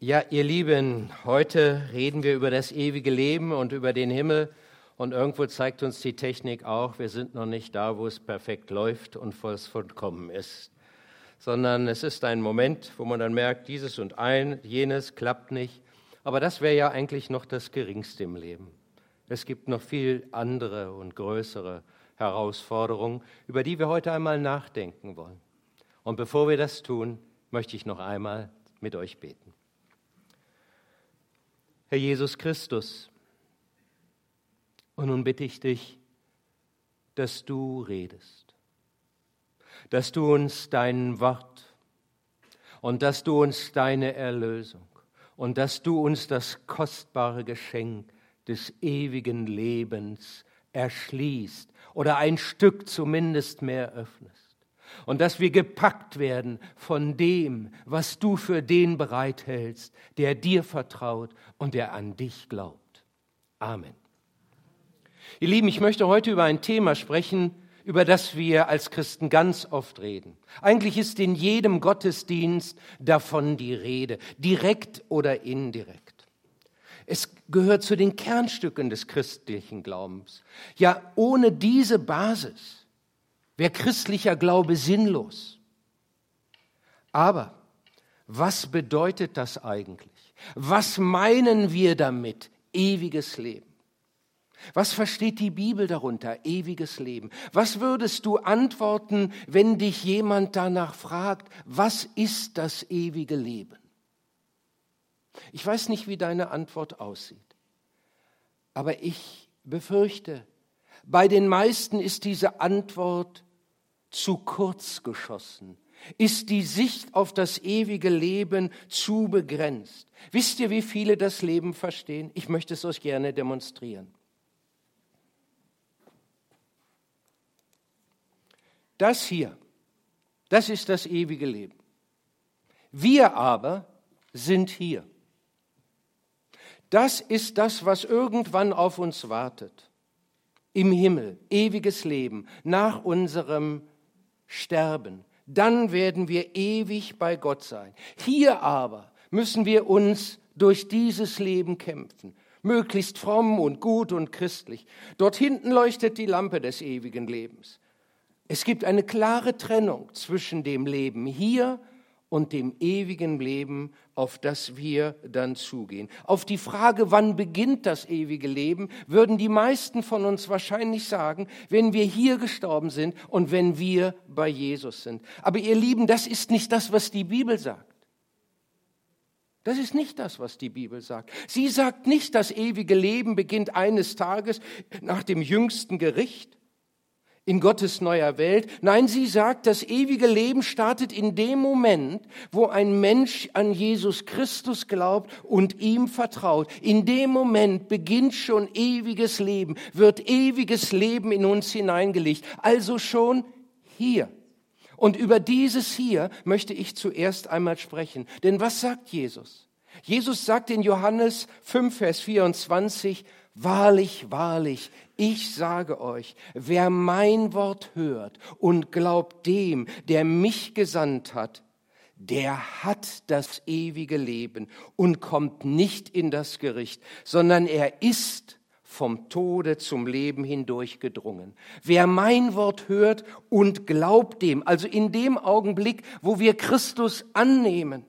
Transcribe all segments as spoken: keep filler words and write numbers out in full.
Ja, ihr Lieben, heute reden wir über das ewige Leben und über den Himmel. Und irgendwo zeigt uns die Technik auch, wir sind noch nicht da, wo es perfekt läuft und wo es vollkommen ist. Sondern es ist ein Moment, wo man dann merkt, dieses und ein, jenes klappt nicht. Aber das wäre ja eigentlich noch das Geringste im Leben. Es gibt noch viel andere und größere Herausforderungen, über die wir heute einmal nachdenken wollen. Und bevor wir das tun, möchte ich noch einmal mit euch beten. Herr Jesus Christus, und nun bitte ich dich, dass du redest, dass du uns dein Wort und dass du uns deine Erlösung und dass du uns das kostbare Geschenk des ewigen Lebens erschließt oder ein Stück zumindest mehr öffnest. Und dass wir gepackt werden von dem, was du für den bereithältst, der dir vertraut und der an dich glaubt. Amen. Ihr Lieben, ich möchte heute über ein Thema sprechen, über das wir als Christen ganz oft reden. Eigentlich ist in jedem Gottesdienst davon die Rede, direkt oder indirekt. Es gehört zu den Kernstücken des christlichen Glaubens. Ja, ohne diese Basis wäre christlicher Glaube sinnlos. Aber was bedeutet das eigentlich? Was meinen wir damit? Ewiges Leben. Was versteht die Bibel darunter? Ewiges Leben. Was würdest du antworten, wenn dich jemand danach fragt, was ist das ewige Leben? Ich weiß nicht, wie deine Antwort aussieht, aber ich befürchte, bei den meisten ist diese Antwort zu kurz geschossen, ist die Sicht auf das ewige Leben zu begrenzt. Wisst ihr, wie viele das Leben verstehen? Ich möchte es euch gerne demonstrieren. Das hier, das ist das ewige Leben. Wir aber sind hier. Das ist das, was irgendwann auf uns wartet. Im Himmel, ewiges Leben, nach unserem Sterben. Dann werden wir ewig bei Gott sein. Hier aber müssen wir uns durch dieses Leben kämpfen. Möglichst fromm und gut und christlich. Dort hinten leuchtet die Lampe des ewigen Lebens. Es gibt eine klare Trennung zwischen dem Leben hier und dem ewigen Leben, auf das wir dann zugehen. Auf die Frage, wann beginnt das ewige Leben, würden die meisten von uns wahrscheinlich sagen, wenn wir hier gestorben sind und wenn wir bei Jesus sind. Aber ihr Lieben, das ist nicht das, was die Bibel sagt. Das ist nicht das, was die Bibel sagt. Sie sagt nicht, das ewige Leben beginnt eines Tages nach dem jüngsten Gericht in Gottes neuer Welt. Nein, sie sagt, das ewige Leben startet in dem Moment, wo ein Mensch an Jesus Christus glaubt und ihm vertraut. In dem Moment beginnt schon ewiges Leben, wird ewiges Leben in uns hineingelegt. Also schon hier. Und über dieses hier möchte ich zuerst einmal sprechen. Denn was sagt Jesus? Jesus sagt in Johannes fünf, Vers vierundzwanzig, wahrlich, wahrlich, ich sage euch, wer mein Wort hört und glaubt dem, der mich gesandt hat, der hat das ewige Leben und kommt nicht in das Gericht, sondern er ist vom Tode zum Leben hindurch gedrungen. Wer mein Wort hört und glaubt dem, also in dem Augenblick, wo wir Christus annehmen,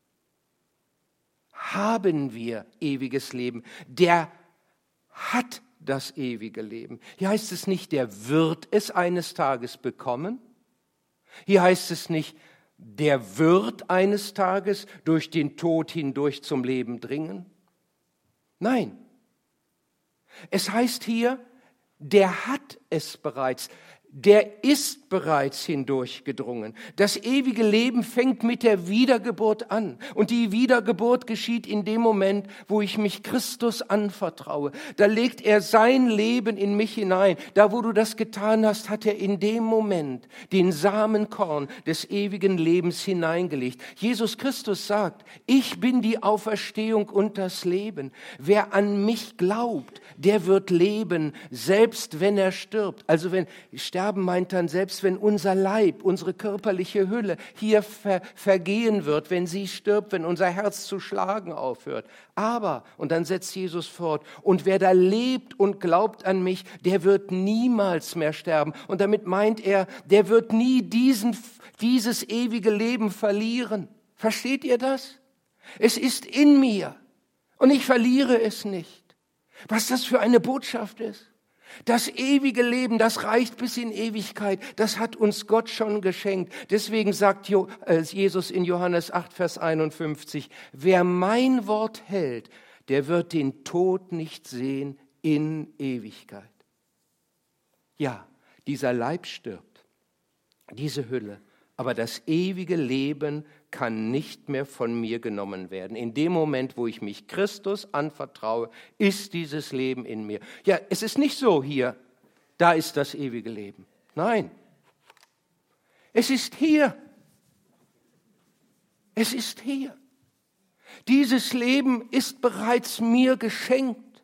haben wir ewiges Leben. Der hat das ewige Leben. Hier heißt es nicht, der wird es eines Tages bekommen. Hier heißt es nicht, der wird eines Tages durch den Tod hindurch zum Leben dringen. Nein. Es heißt hier, der hat es bereits. Der ist bereits hindurchgedrungen. Das ewige Leben fängt mit der Wiedergeburt an. Und die Wiedergeburt geschieht in dem Moment, wo ich mich Christus anvertraue. Da legt er sein Leben in mich hinein. Da, wo du das getan hast, hat er in dem Moment den Samenkorn des ewigen Lebens hineingelegt. Jesus Christus sagt, ich bin die Auferstehung und das Leben. Wer an mich glaubt, der wird leben, selbst wenn er stirbt. Also wenn sterben sterben meint dann, selbst wenn unser Leib, unsere körperliche Hülle hier ver- vergehen wird, wenn sie stirbt, wenn unser Herz zu schlagen aufhört. Aber, und dann setzt Jesus fort, und wer da lebt und glaubt an mich, der wird niemals mehr sterben. Und damit meint er, der wird nie diesen, dieses ewige Leben verlieren. Versteht ihr das? Es ist in mir und ich verliere es nicht. Was das für eine Botschaft ist. Das ewige Leben, das reicht bis in Ewigkeit, das hat uns Gott schon geschenkt. Deswegen sagt Jesus in Johannes acht, Vers einundfünfzig, wer mein Wort hält, der wird den Tod nicht sehen in Ewigkeit. Ja, dieser Leib stirbt, diese Hülle, aber das ewige Leben kann nicht mehr von mir genommen werden. In dem Moment, wo ich mich Christus anvertraue, ist dieses Leben in mir. Ja, es ist nicht so hier, da ist das ewige Leben. Nein, es ist hier. Es ist hier. Dieses Leben ist bereits mir geschenkt.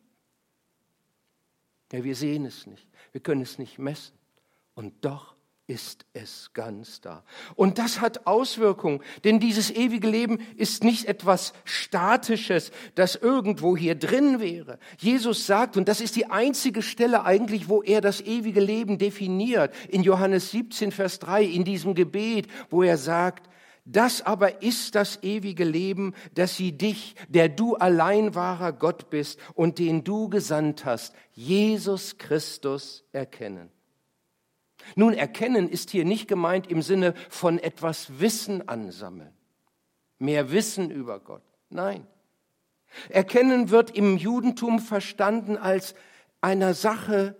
Ja, wir sehen es nicht, wir können es nicht messen. Und doch ist es ganz da. Und das hat Auswirkungen, denn dieses ewige Leben ist nicht etwas Statisches, das irgendwo hier drin wäre. Jesus sagt, und das ist die einzige Stelle eigentlich, wo er das ewige Leben definiert, in Johannes siebzehn, Vers drei, in diesem Gebet, wo er sagt, das aber ist das ewige Leben, dass sie dich, der du allein wahrer Gott bist und den du gesandt hast, Jesus Christus, erkennen. Nun, erkennen ist hier nicht gemeint im Sinne von etwas Wissen ansammeln, mehr Wissen über Gott. Nein. Erkennen wird im Judentum verstanden als einer Sache,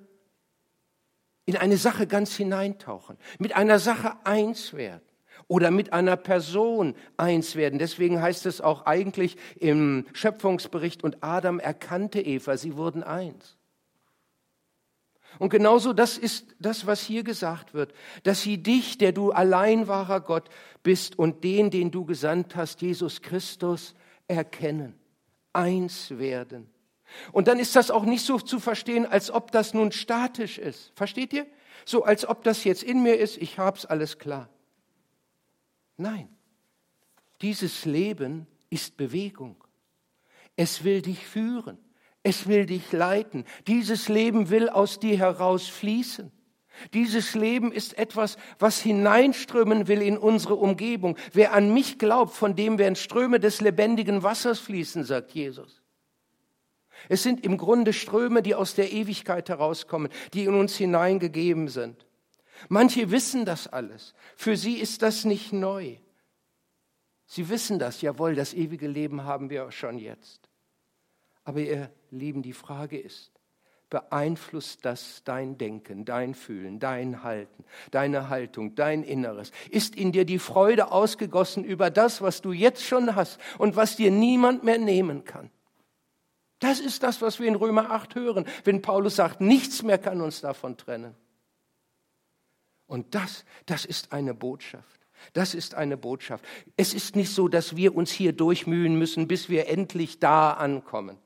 in eine Sache ganz hineintauchen, mit einer Sache eins werden oder mit einer Person eins werden. Deswegen heißt es auch eigentlich im Schöpfungsbericht, und Adam erkannte Eva, sie wurden eins. Und genauso das ist das, was hier gesagt wird, dass sie dich, der du allein wahrer Gott bist, und den, den du gesandt hast, Jesus Christus, erkennen, eins werden. Und dann ist das auch nicht so zu verstehen, als ob das nun statisch ist. Versteht ihr? So, als ob das jetzt in mir ist, ich hab's alles klar. Nein, dieses Leben ist Bewegung. Es will dich führen. Es will dich leiten. Dieses Leben will aus dir heraus fließen. Dieses Leben ist etwas, was hineinströmen will in unsere Umgebung. Wer an mich glaubt, von dem werden Ströme des lebendigen Wassers fließen, sagt Jesus. Es sind im Grunde Ströme, die aus der Ewigkeit herauskommen, die in uns hineingegeben sind. Manche wissen das alles. Für sie ist das nicht neu. Sie wissen das, jawohl, das ewige Leben haben wir schon jetzt. Aber ihr Lieben, die Frage ist, beeinflusst das dein Denken, dein Fühlen, dein Halten, deine Haltung, dein Inneres? Ist in dir die Freude ausgegossen über das, was du jetzt schon hast und was dir niemand mehr nehmen kann? Das ist das, was wir in Römer acht hören, wenn Paulus sagt, nichts mehr kann uns davon trennen. Und das, das ist eine Botschaft. Das ist eine Botschaft. Es ist nicht so, dass wir uns hier durchmühen müssen, bis wir endlich da ankommen.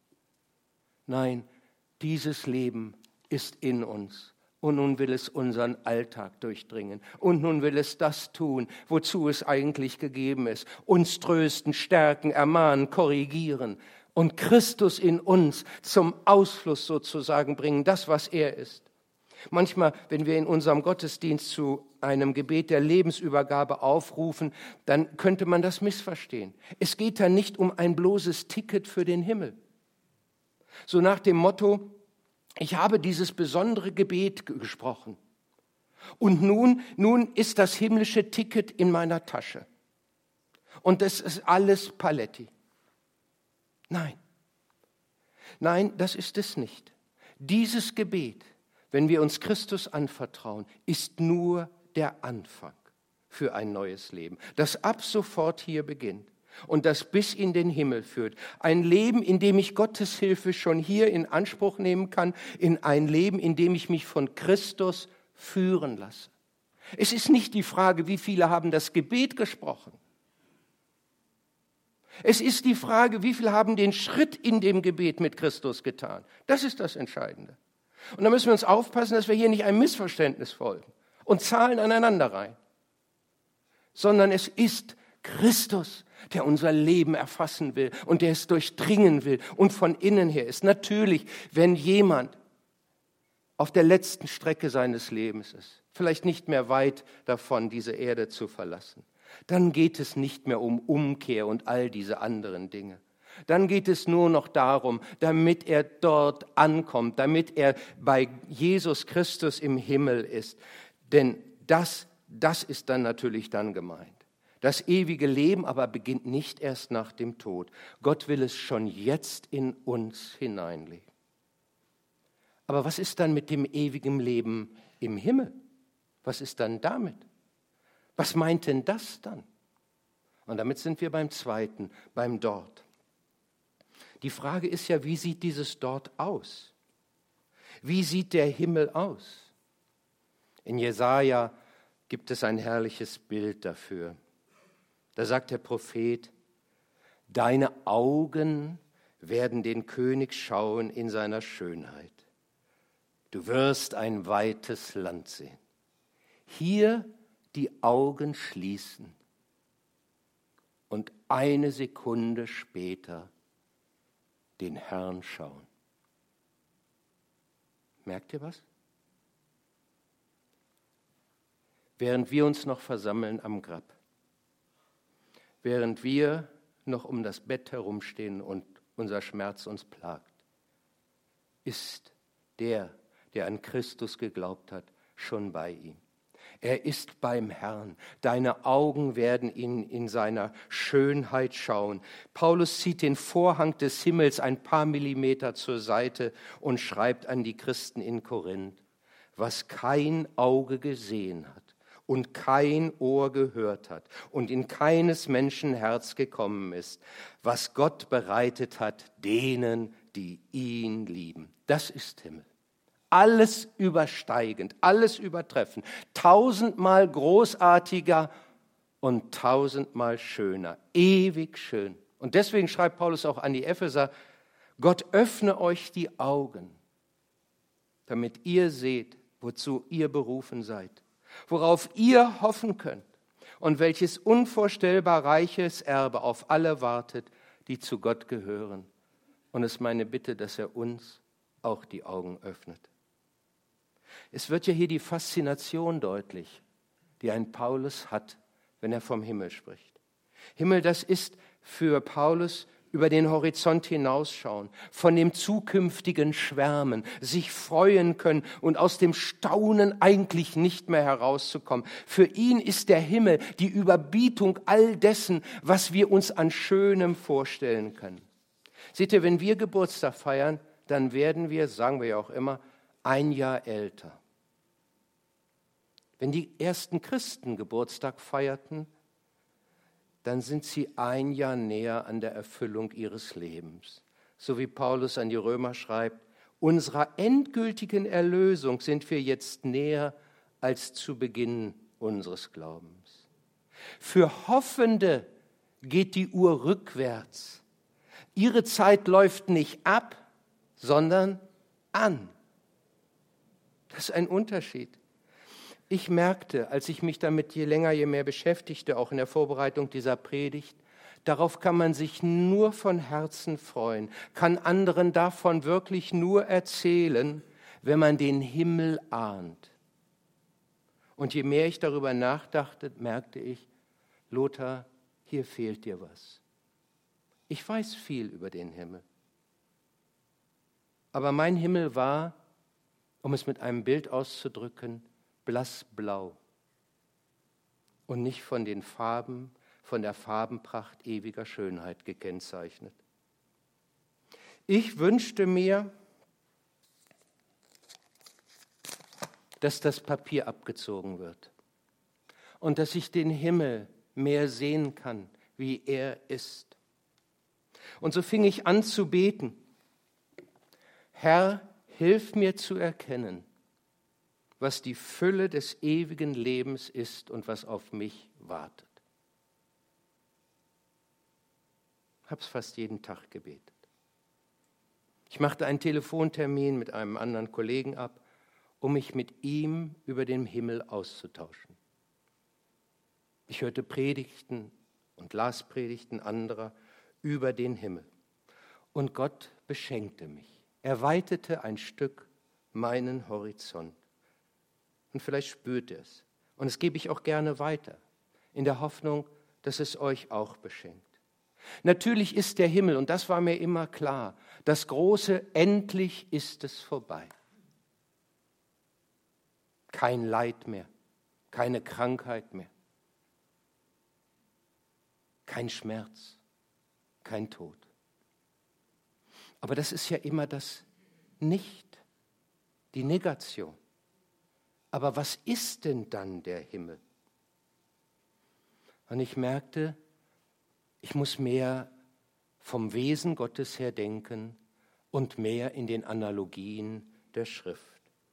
Nein, dieses Leben ist in uns. Und nun will es unseren Alltag durchdringen. Und nun will es das tun, wozu es eigentlich gegeben ist. Uns trösten, stärken, ermahnen, korrigieren. Und Christus in uns zum Ausfluss sozusagen bringen, das, was er ist. Manchmal, wenn wir in unserem Gottesdienst zu einem Gebet der Lebensübergabe aufrufen, dann könnte man das missverstehen. Es geht da nicht um ein bloßes Ticket für den Himmel. So nach dem Motto, ich habe dieses besondere Gebet gesprochen und nun, nun ist das himmlische Ticket in meiner Tasche und das ist alles Paletti. Nein, nein, das ist es nicht. Dieses Gebet, wenn wir uns Christus anvertrauen, ist nur der Anfang für ein neues Leben, das ab sofort hier beginnt und das bis in den Himmel führt. Ein Leben, in dem ich Gottes Hilfe schon hier in Anspruch nehmen kann, in ein Leben, in dem ich mich von Christus führen lasse. Es ist nicht die Frage, wie viele haben das Gebet gesprochen. Es ist die Frage, wie viele haben den Schritt in dem Gebet mit Christus getan. Das ist das Entscheidende. Und da müssen wir uns aufpassen, dass wir hier nicht einem Missverständnis folgen und Zahlen aneinander rein, sondern es ist Christus, der unser Leben erfassen will und der es durchdringen will und von innen her ist. Natürlich, wenn jemand auf der letzten Strecke seines Lebens ist, vielleicht nicht mehr weit davon, diese Erde zu verlassen, dann geht es nicht mehr um Umkehr und all diese anderen Dinge. Dann geht es nur noch darum, damit er dort ankommt, damit er bei Jesus Christus im Himmel ist. Denn das, das ist dann natürlich dann gemeint. Das ewige Leben aber beginnt nicht erst nach dem Tod. Gott will es schon jetzt in uns hineinlegen. Aber was ist dann mit dem ewigen Leben im Himmel? Was ist dann damit? Was meint denn das dann? Und damit sind wir beim Zweiten, beim Dort. Die Frage ist ja, wie sieht dieses Dort aus? Wie sieht der Himmel aus? In Jesaja gibt es ein herrliches Bild dafür. Da sagt der Prophet, deine Augen werden den König schauen in seiner Schönheit. Du wirst ein weites Land sehen. Hier die Augen schließen und eine Sekunde später den Herrn schauen. Merkt ihr was? Während wir uns noch versammeln am Grab, während wir noch um das Bett herumstehen und unser Schmerz uns plagt, ist der, der an Christus geglaubt hat, schon bei ihm. Er ist beim Herrn. Deine Augen werden ihn in seiner Schönheit schauen. Paulus zieht den Vorhang des Himmels ein paar Millimeter zur Seite und schreibt an die Christen in Korinth, was kein Auge gesehen hat und kein Ohr gehört hat und in keines Menschen Herz gekommen ist, was Gott bereitet hat, denen, die ihn lieben. Das ist Himmel. Alles übersteigend, alles übertreffend, tausendmal großartiger und tausendmal schöner, ewig schön. Und deswegen schreibt Paulus auch an die Epheser, Gott öffne euch die Augen, damit ihr seht, wozu ihr berufen seid, worauf ihr hoffen könnt und welches unvorstellbar reiches Erbe auf alle wartet, die zu Gott gehören. Und es ist meine Bitte, dass er uns auch die Augen öffnet. Es wird ja hier die Faszination deutlich, die ein Paulus hat, wenn er vom Himmel spricht. Himmel, das ist für Paulus über den Horizont hinausschauen, von dem zukünftigen schwärmen, sich freuen können und aus dem Staunen eigentlich nicht mehr herauszukommen. Für ihn ist der Himmel die Überbietung all dessen, was wir uns an Schönem vorstellen können. Seht ihr, wenn wir Geburtstag feiern, dann werden wir, sagen wir ja auch immer, ein Jahr älter. Wenn die ersten Christen Geburtstag feierten, dann sind sie ein Jahr näher an der Erfüllung ihres Lebens. So wie Paulus an die Römer schreibt, unserer endgültigen Erlösung sind wir jetzt näher als zu Beginn unseres Glaubens. Für Hoffende geht die Uhr rückwärts. Ihre Zeit läuft nicht ab, sondern an. Das ist ein Unterschied. Ich merkte, als ich mich damit je länger, je mehr beschäftigte, auch in der Vorbereitung dieser Predigt, darauf kann man sich nur von Herzen freuen, kann anderen davon wirklich nur erzählen, wenn man den Himmel ahnt. Und je mehr ich darüber nachdachte, merkte ich, Lothar, hier fehlt dir was. Ich weiß viel über den Himmel. Aber mein Himmel war, um es mit einem Bild auszudrücken, blassblau und nicht von den Farben, von der Farbenpracht ewiger Schönheit gekennzeichnet. Ich wünschte mir, dass das Papier abgezogen wird und dass ich den Himmel mehr sehen kann, wie er ist. Und so fing ich an zu beten. Herr, hilf mir zu erkennen, was die Fülle des ewigen Lebens ist und was auf mich wartet. Ich habe es fast jeden Tag gebetet. Ich machte einen Telefontermin mit einem anderen Kollegen ab, um mich mit ihm über den Himmel auszutauschen. Ich hörte Predigten und las Predigten anderer über den Himmel. Und Gott beschenkte mich. Er weitete ein Stück meinen Horizont. Und vielleicht spürt ihr es. Und das gebe ich auch gerne weiter, in der Hoffnung, dass es euch auch beschenkt. Natürlich ist der Himmel, und das war mir immer klar, das große Endlich ist es vorbei. Kein Leid mehr, keine Krankheit mehr, kein Schmerz, kein Tod. Aber das ist ja immer das Nicht, die Negation. Aber was ist denn dann der Himmel? Und ich merkte, ich muss mehr vom Wesen Gottes her denken und mehr in den Analogien der Schrift.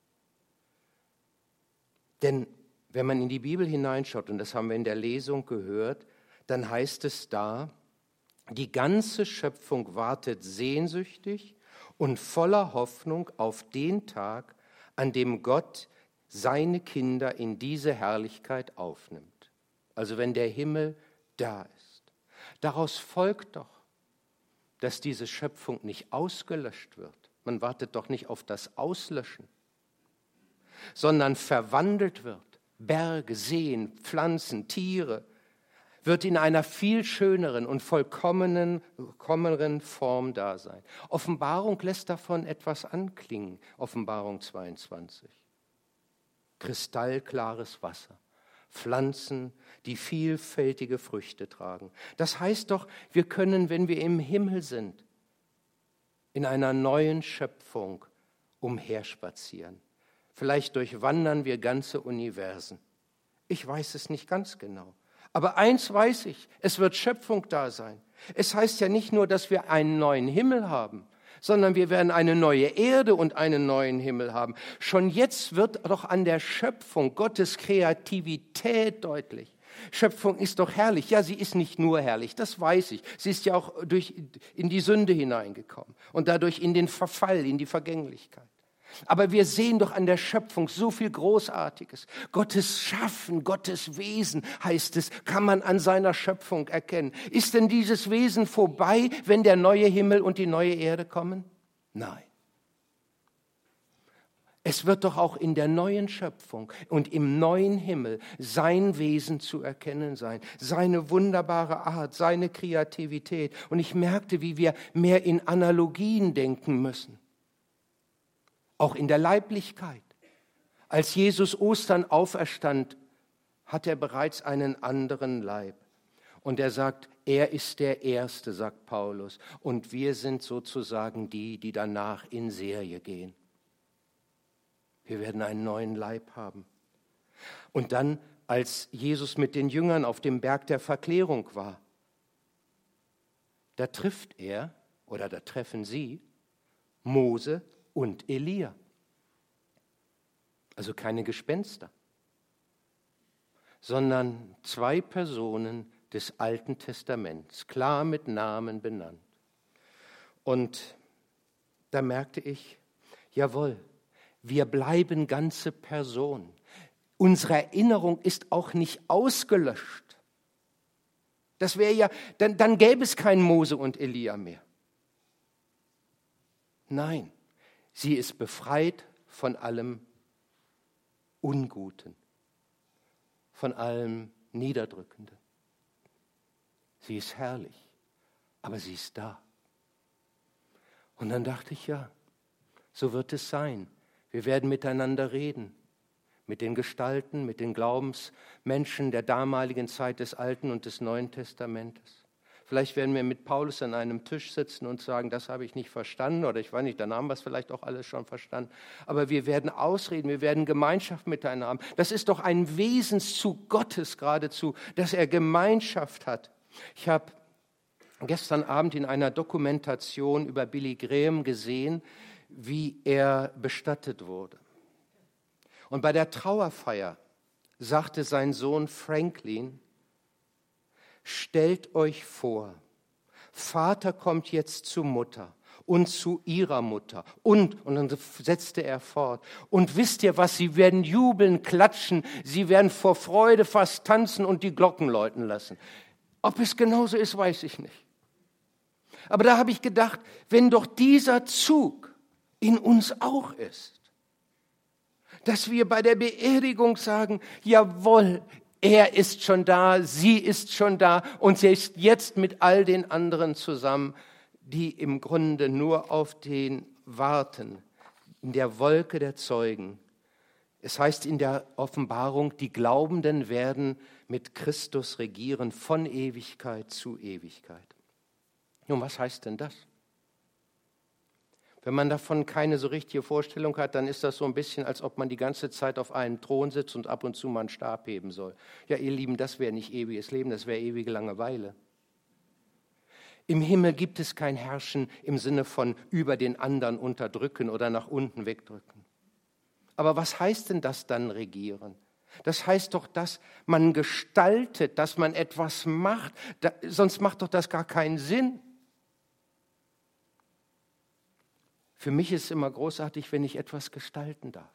Denn wenn man in die Bibel hineinschaut, und das haben wir in der Lesung gehört, dann heißt es da, die ganze Schöpfung wartet sehnsüchtig und voller Hoffnung auf den Tag, an dem Gott seine Kinder in diese Herrlichkeit aufnimmt. Also wenn der Himmel da ist. Daraus folgt doch, dass diese Schöpfung nicht ausgelöscht wird. Man wartet doch nicht auf das Auslöschen, sondern verwandelt wird. Berge, Seen, Pflanzen, Tiere, wird in einer viel schöneren und vollkommenen, vollkommeneren Form da sein. Offenbarung lässt davon etwas anklingen, Offenbarung zweiundzwanzig. Kristallklares Wasser, Pflanzen, die vielfältige Früchte tragen. Das heißt doch, wir können, wenn wir im Himmel sind, in einer neuen Schöpfung umherspazieren. Vielleicht durchwandern wir ganze Universen. Ich weiß es nicht ganz genau. Aber eins weiß ich, es wird Schöpfung da sein. Es heißt ja nicht nur, dass wir einen neuen Himmel haben, sondern wir werden eine neue Erde und einen neuen Himmel haben. Schon jetzt wird doch an der Schöpfung Gottes Kreativität deutlich. Schöpfung ist doch herrlich. Ja, sie ist nicht nur herrlich, das weiß ich. Sie ist ja auch durch, in die Sünde hineingekommen und dadurch in den Verfall, in die Vergänglichkeit. Aber wir sehen doch an der Schöpfung so viel Großartiges. Gottes Schaffen, Gottes Wesen, heißt es, kann man an seiner Schöpfung erkennen. Ist denn dieses Wesen vorbei, wenn der neue Himmel und die neue Erde kommen? Nein. Es wird doch auch in der neuen Schöpfung und im neuen Himmel sein Wesen zu erkennen sein, seine wunderbare Art, seine Kreativität. Und ich merkte, wie wir mehr in Analogien denken müssen. Auch in der Leiblichkeit. Als Jesus Ostern auferstand, hat er bereits einen anderen Leib. Und er sagt, er ist der Erste, sagt Paulus. Und wir sind sozusagen die, die danach in Serie gehen. Wir werden einen neuen Leib haben. Und dann, als Jesus mit den Jüngern auf dem Berg der Verklärung war, da trifft er, oder da treffen sie, Mose und Elia. Also keine Gespenster, sondern zwei Personen des Alten Testaments, klar mit Namen benannt. Und da merkte ich, jawohl, wir bleiben ganze Personen. Unsere Erinnerung ist auch nicht ausgelöscht. Das wäre ja, dann, dann gäbe es keinen Mose und Elia mehr. Nein. Sie ist befreit von allem Unguten, von allem Niederdrückenden. Sie ist herrlich, aber sie ist da. Und dann dachte ich, ja, so wird es sein. Wir werden miteinander reden, mit den Gestalten, mit den Glaubensmenschen der damaligen Zeit des Alten und des Neuen Testamentes. Vielleicht werden wir mit Paulus an einem Tisch sitzen und sagen, das habe ich nicht verstanden oder ich weiß nicht, dann haben wir es vielleicht auch alles schon verstanden. Aber wir werden ausreden, wir werden Gemeinschaft miteinander haben. Das ist doch ein Wesenszug Gottes geradezu, dass er Gemeinschaft hat. Ich habe gestern Abend in einer Dokumentation über Billy Graham gesehen, wie er bestattet wurde. Und bei der Trauerfeier sagte sein Sohn Franklin, stellt euch vor, Vater kommt jetzt zu Mutter und zu ihrer Mutter. Und, und dann setzte er fort, und wisst ihr was, sie werden jubeln, klatschen, sie werden vor Freude fast tanzen und die Glocken läuten lassen. Ob es genauso ist, weiß ich nicht. Aber da habe ich gedacht, wenn doch dieser Zug in uns auch ist, dass wir bei der Beerdigung sagen, jawohl, er ist schon da, sie ist schon da und sie ist jetzt mit all den anderen zusammen, die im Grunde nur auf den warten, in der Wolke der Zeugen. Es heißt in der Offenbarung, die Glaubenden werden mit Christus regieren von Ewigkeit zu Ewigkeit. Nun, was heißt denn das? Wenn man davon keine so richtige Vorstellung hat, dann ist das so ein bisschen, als ob man die ganze Zeit auf einem Thron sitzt und ab und zu mal einen Stab heben soll. Ja, ihr Lieben, das wäre nicht ewiges Leben, das wäre ewige Langeweile. Im Himmel gibt es kein Herrschen im Sinne von über den anderen unterdrücken oder nach unten wegdrücken. Aber was heißt denn das dann, regieren? Das heißt doch, dass man gestaltet, dass man etwas macht, da, sonst macht doch das gar keinen Sinn. Für mich ist es immer großartig, wenn ich etwas gestalten darf.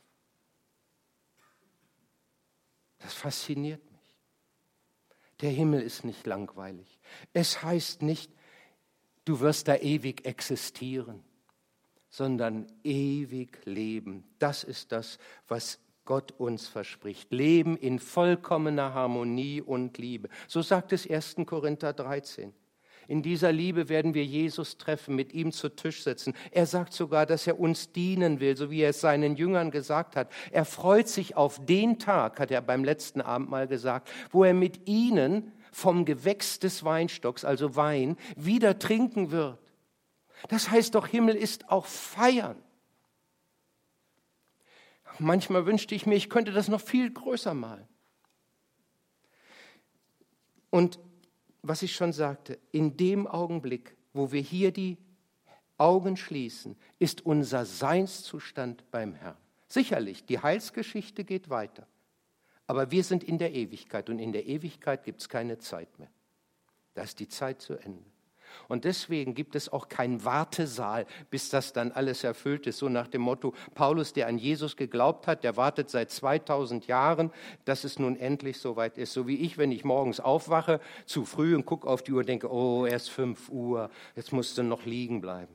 Das fasziniert mich. Der Himmel ist nicht langweilig. Es heißt nicht, du wirst da ewig existieren, sondern ewig leben. Das ist das, was Gott uns verspricht. Leben in vollkommener Harmonie und Liebe. So sagt es erster Korinther dreizehn. In dieser Liebe werden wir Jesus treffen, mit ihm zu Tisch sitzen. Er sagt sogar, dass er uns dienen will, so wie er es seinen Jüngern gesagt hat. Er freut sich auf den Tag, hat er beim letzten Abendmahl gesagt, wo er mit ihnen vom Gewächs des Weinstocks, also Wein, wieder trinken wird. Das heißt doch, Himmel ist auch feiern. Manchmal wünschte ich mir, ich könnte das noch viel größer malen. Und was ich schon sagte, in dem Augenblick, wo wir hier die Augen schließen, ist unser Seinszustand beim Herrn. Sicherlich, die Heilsgeschichte geht weiter, aber wir sind in der Ewigkeit und in der Ewigkeit gibt es keine Zeit mehr. Da ist die Zeit zu Ende. Und deswegen gibt es auch keinen Wartesaal, bis das dann alles erfüllt ist. So nach dem Motto, Paulus, der an Jesus geglaubt hat, der wartet seit zweitausend Jahren, dass es nun endlich soweit ist. So wie ich, wenn ich morgens aufwache, zu früh und gucke auf die Uhr und denke, oh, erst fünf Uhr, jetzt musst du noch liegen bleiben.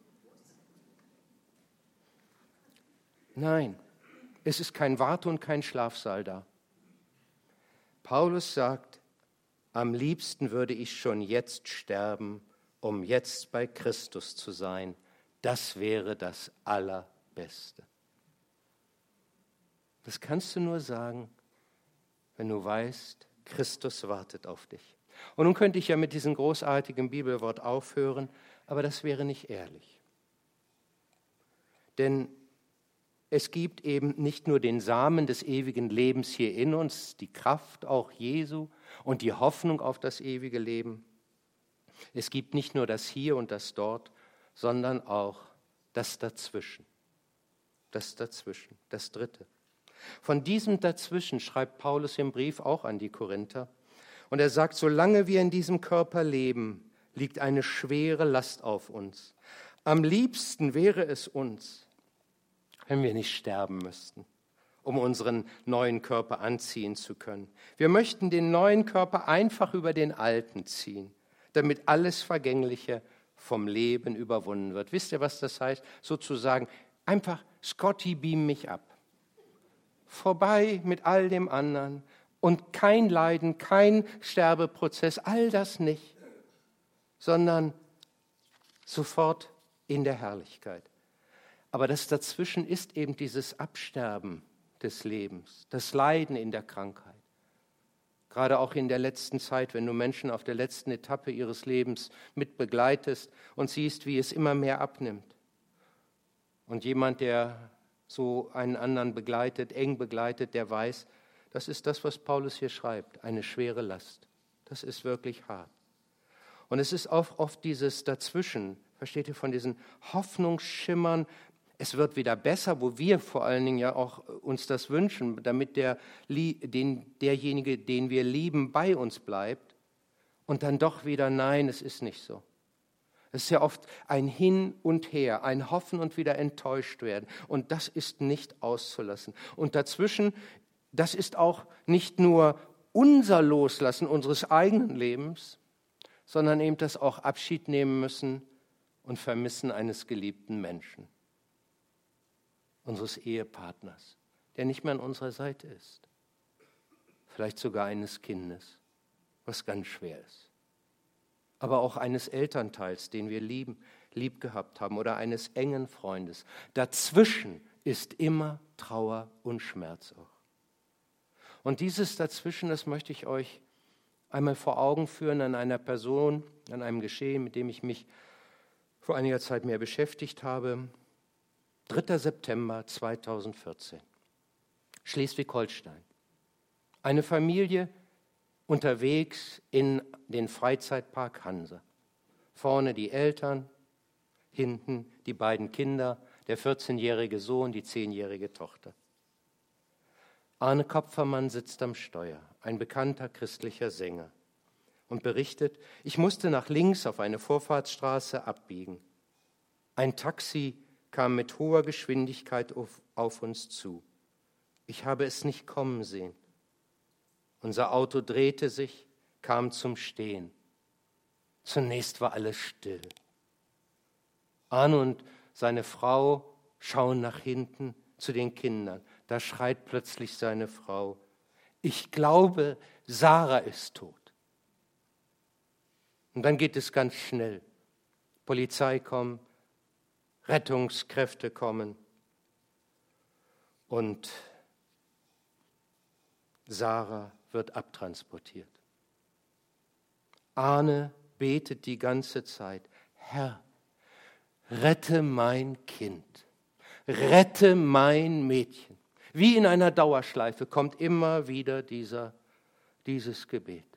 Nein, es ist kein Warte- und kein Schlafsaal da. Paulus sagt, am liebsten würde ich schon jetzt sterben, um jetzt bei Christus zu sein. Das wäre das Allerbeste. Das kannst du nur sagen, wenn du weißt, Christus wartet auf dich. Und nun könnte ich ja mit diesem großartigen Bibelwort aufhören, aber das wäre nicht ehrlich. Denn es gibt eben nicht nur den Samen des ewigen Lebens hier in uns, die Kraft auch Jesu und die Hoffnung auf das ewige Leben. Es gibt nicht nur das Hier und das Dort, sondern auch das Dazwischen. Das Dazwischen, das Dritte. Von diesem Dazwischen schreibt Paulus im Brief auch an die Korinther. Und er sagt, solange wir in diesem Körper leben, liegt eine schwere Last auf uns. Am liebsten wäre es uns, wenn wir nicht sterben müssten, um unseren neuen Körper anziehen zu können. Wir möchten den neuen Körper einfach über den alten ziehen, damit alles Vergängliche vom Leben überwunden wird. Wisst ihr, was das heißt? Sozusagen einfach, Scotty, beam mich ab. Vorbei mit all dem anderen und kein Leiden, kein Sterbeprozess, all das nicht, sondern sofort in der Herrlichkeit. Aber das dazwischen ist eben dieses Absterben des Lebens, das Leiden in der Krankheit. Gerade auch in der letzten Zeit, wenn du Menschen auf der letzten Etappe ihres Lebens mit begleitest und siehst, wie es immer mehr abnimmt. Und jemand, der so einen anderen begleitet, eng begleitet, der weiß, das ist das, was Paulus hier schreibt, eine schwere Last. Das ist wirklich hart. Und es ist auch oft dieses Dazwischen, versteht ihr, von diesen Hoffnungsschimmern, es wird wieder besser, wo wir vor allen Dingen ja auch uns das wünschen, damit der, den, derjenige, den wir lieben, bei uns bleibt. Und dann doch wieder, nein, es ist nicht so. Das ist ja oft ein Hin und Her, ein Hoffen und wieder enttäuscht werden. Und das ist nicht auszulassen. Und dazwischen, das ist auch nicht nur unser Loslassen unseres eigenen Lebens, sondern eben das auch Abschied nehmen müssen und Vermissen eines geliebten Menschen, unseres Ehepartners, der nicht mehr an unserer Seite ist. Vielleicht sogar eines Kindes, was ganz schwer ist. Aber auch eines Elternteils, den wir lieben, lieb gehabt haben, oder eines engen Freundes. Dazwischen ist immer Trauer und Schmerz auch. Und dieses Dazwischen, das möchte ich euch einmal vor Augen führen an einer Person, an einem Geschehen, mit dem ich mich vor einiger Zeit mehr beschäftigt habe. dritter September zweitausendvierzehn, Schleswig-Holstein. Eine Familie unterwegs in den Freizeitpark Hansa. Vorne die Eltern, hinten die beiden Kinder, der vierzehnjährige Sohn, die zehnjährige Tochter. Arne Kopfermann sitzt am Steuer, ein bekannter christlicher Sänger, und berichtet, ich musste nach links auf eine Vorfahrtsstraße abbiegen. Ein Taxi kam mit hoher Geschwindigkeit auf, auf uns zu. Ich habe es nicht kommen sehen. Unser Auto drehte sich, kam zum Stehen. Zunächst war alles still. Arne und seine Frau schauen nach hinten zu den Kindern. Da schreit plötzlich seine Frau, ich glaube, Sarah ist tot. Und dann geht es ganz schnell. Polizei kommt, Rettungskräfte kommen und Sarah wird abtransportiert. Arne betet die ganze Zeit, Herr, rette mein Kind, rette mein Mädchen. Wie in einer Dauerschleife kommt immer wieder dieser, dieses Gebet.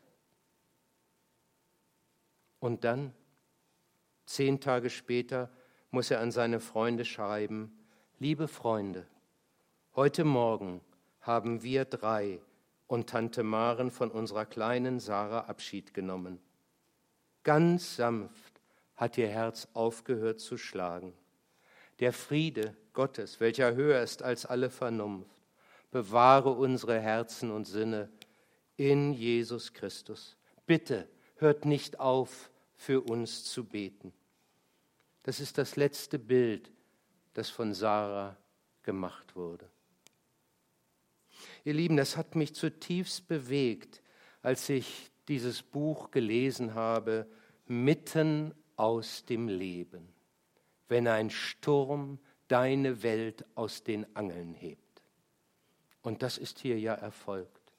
Und dann, zehn Tage später, muss er an seine Freunde schreiben, liebe Freunde, heute Morgen haben wir drei und Tante Maren von unserer kleinen Sarah Abschied genommen. Ganz sanft hat ihr Herz aufgehört zu schlagen. Der Friede Gottes, welcher höher ist als alle Vernunft, bewahre unsere Herzen und Sinne in Jesus Christus. Bitte hört nicht auf, für uns zu beten. Das ist das letzte Bild, das von Sarah gemacht wurde. Ihr Lieben, das hat mich zutiefst bewegt, als ich dieses Buch gelesen habe, Mitten aus dem Leben, wenn ein Sturm deine Welt aus den Angeln hebt. Und das ist hier ja erfolgt.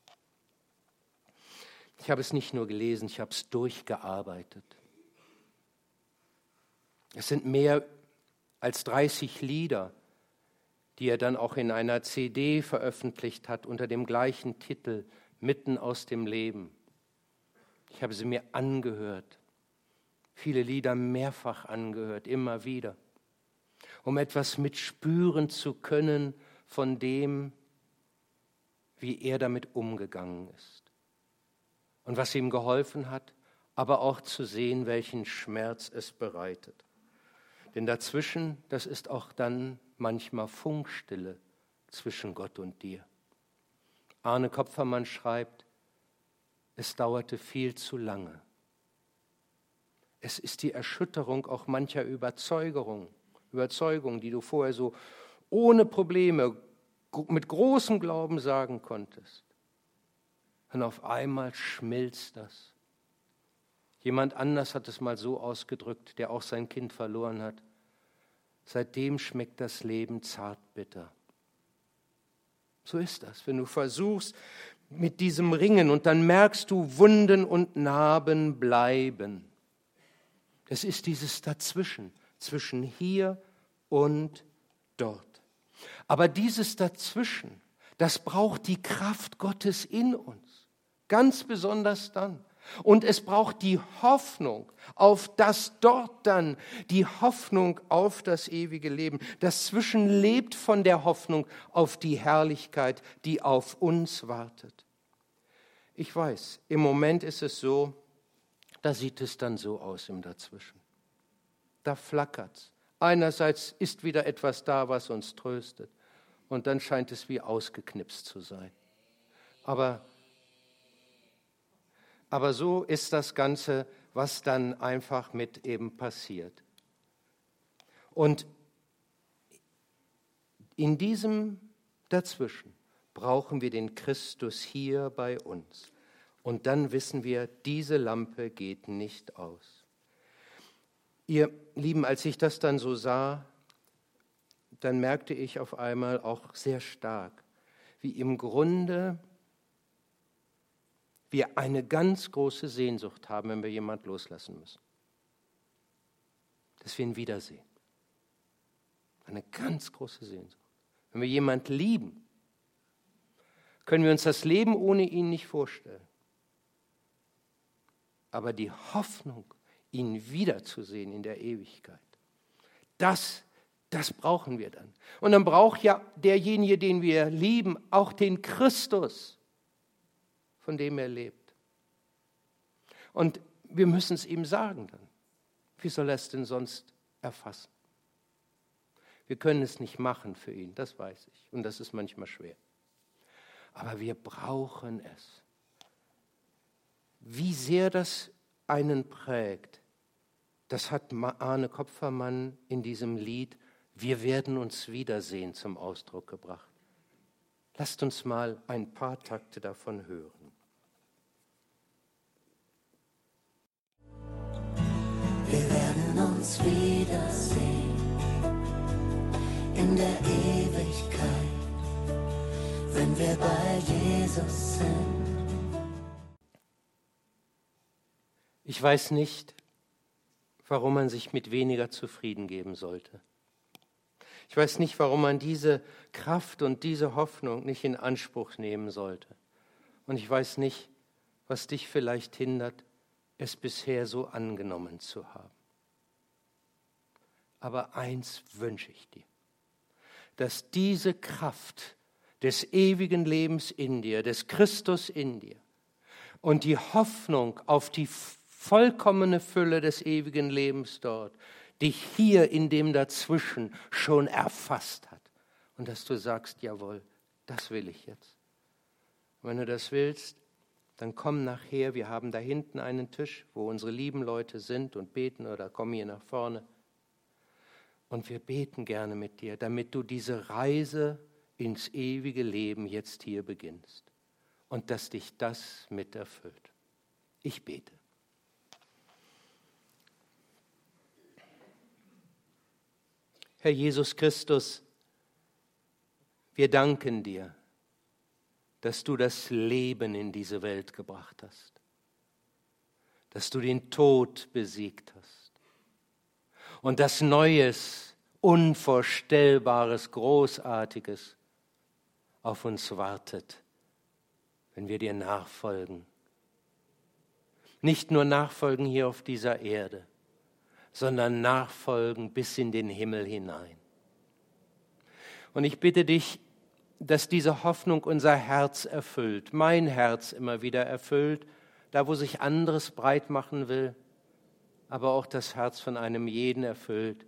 Ich habe es nicht nur gelesen, ich habe es durchgearbeitet. Es sind mehr als dreißig Lieder, die er dann auch in einer C D veröffentlicht hat unter dem gleichen Titel, Mitten aus dem Leben. Ich habe sie mir angehört, viele Lieder mehrfach angehört, immer wieder, um etwas mitspüren zu können von dem, wie er damit umgegangen ist und was ihm geholfen hat, aber auch zu sehen, welchen Schmerz es bereitet. Denn dazwischen, das ist auch dann manchmal Funkstille zwischen Gott und dir. Arne Kopfermann schreibt, es dauerte viel zu lange. Es ist die Erschütterung auch mancher Überzeugung, Überzeugung, die du vorher so ohne Probleme, mit großem Glauben sagen konntest. Und auf einmal schmilzt das. Jemand anders hat es mal so ausgedrückt, der auch sein Kind verloren hat. Seitdem schmeckt das Leben zartbitter. So ist das, wenn du versuchst mit diesem Ringen und dann merkst du, Wunden und Narben bleiben. Es ist dieses Dazwischen, zwischen hier und dort. Aber dieses Dazwischen, das braucht die Kraft Gottes in uns, ganz besonders dann. Und es braucht die Hoffnung auf das dort dann, die Hoffnung auf das ewige Leben. Das Zwischen lebt von der Hoffnung auf die Herrlichkeit, die auf uns wartet. Ich weiß, im Moment ist es so, da sieht es dann so aus im Dazwischen. Da flackert's. Einerseits ist wieder etwas da, was uns tröstet. Und dann scheint es wie ausgeknipst zu sein. Aber, aber so ist das Ganze, was dann einfach mit eben passiert. Und in diesem Dazwischen brauchen wir den Christus hier bei uns. Und dann wissen wir, diese Lampe geht nicht aus. Ihr Lieben, als ich das dann so sah, dann merkte ich auf einmal auch sehr stark, wie im Grunde wir eine ganz große Sehnsucht haben, wenn wir jemand loslassen müssen. Dass wir ihn wiedersehen. Eine ganz große Sehnsucht. Wenn wir jemand lieben, können wir uns das Leben ohne ihn nicht vorstellen. Aber die Hoffnung, ihn wiederzusehen in der Ewigkeit, das, das brauchen wir dann. Und dann braucht ja derjenige, den wir lieben, auch den Christus, von dem er lebt. Und wir müssen es ihm sagen dann. Wie soll er es denn sonst erfassen? Wir können es nicht machen für ihn, das weiß ich. Und das ist manchmal schwer. Aber wir brauchen es. Wie sehr das einen prägt, das hat Arne Kopfermann in diesem Lied Wir werden uns wiedersehen zum Ausdruck gebracht. Lasst uns mal ein paar Takte davon hören. Wir werden uns wiedersehen in der Ewigkeit, wenn wir bei Jesus sind. Ich weiß nicht, warum man sich mit weniger zufrieden geben sollte. Ich weiß nicht, warum man diese Kraft und diese Hoffnung nicht in Anspruch nehmen sollte. Und ich weiß nicht, was dich vielleicht hindert, es bisher so angenommen zu haben. Aber eins wünsche ich dir, dass diese Kraft des ewigen Lebens in dir, des Christus in dir und die Hoffnung auf die vollkommene Fülle des ewigen Lebens dort, dich hier in dem Dazwischen schon erfasst hat. Und dass du sagst, jawohl, das will ich jetzt. Und wenn du das willst, dann komm nachher, wir haben da hinten einen Tisch, wo unsere lieben Leute sind und beten, oder komm hier nach vorne. Und wir beten gerne mit dir, damit du diese Reise ins ewige Leben jetzt hier beginnst und dass dich das mit erfüllt. Ich bete. Herr Jesus Christus, wir danken dir, dass du das Leben in diese Welt gebracht hast, dass du den Tod besiegt hast und dass Neues, Unvorstellbares, Großartiges auf uns wartet, wenn wir dir nachfolgen. Nicht nur nachfolgen hier auf dieser Erde, sondern nachfolgen bis in den Himmel hinein. Und ich bitte dich, dass diese Hoffnung unser Herz erfüllt, mein Herz immer wieder erfüllt, da wo sich anderes breit machen will, aber auch das Herz von einem jeden erfüllt,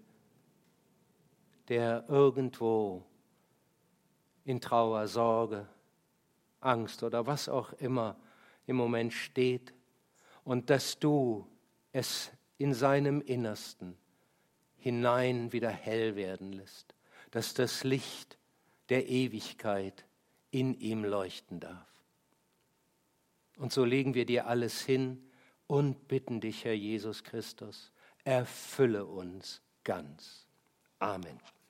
der irgendwo in Trauer, Sorge, Angst oder was auch immer im Moment steht, und dass du es in seinem Innersten hinein wieder hell werden lässt, dass das Licht der Ewigkeit in ihm leuchten darf. Und so legen wir dir alles hin und bitten dich, Herr Jesus Christus, erfülle uns ganz. Amen.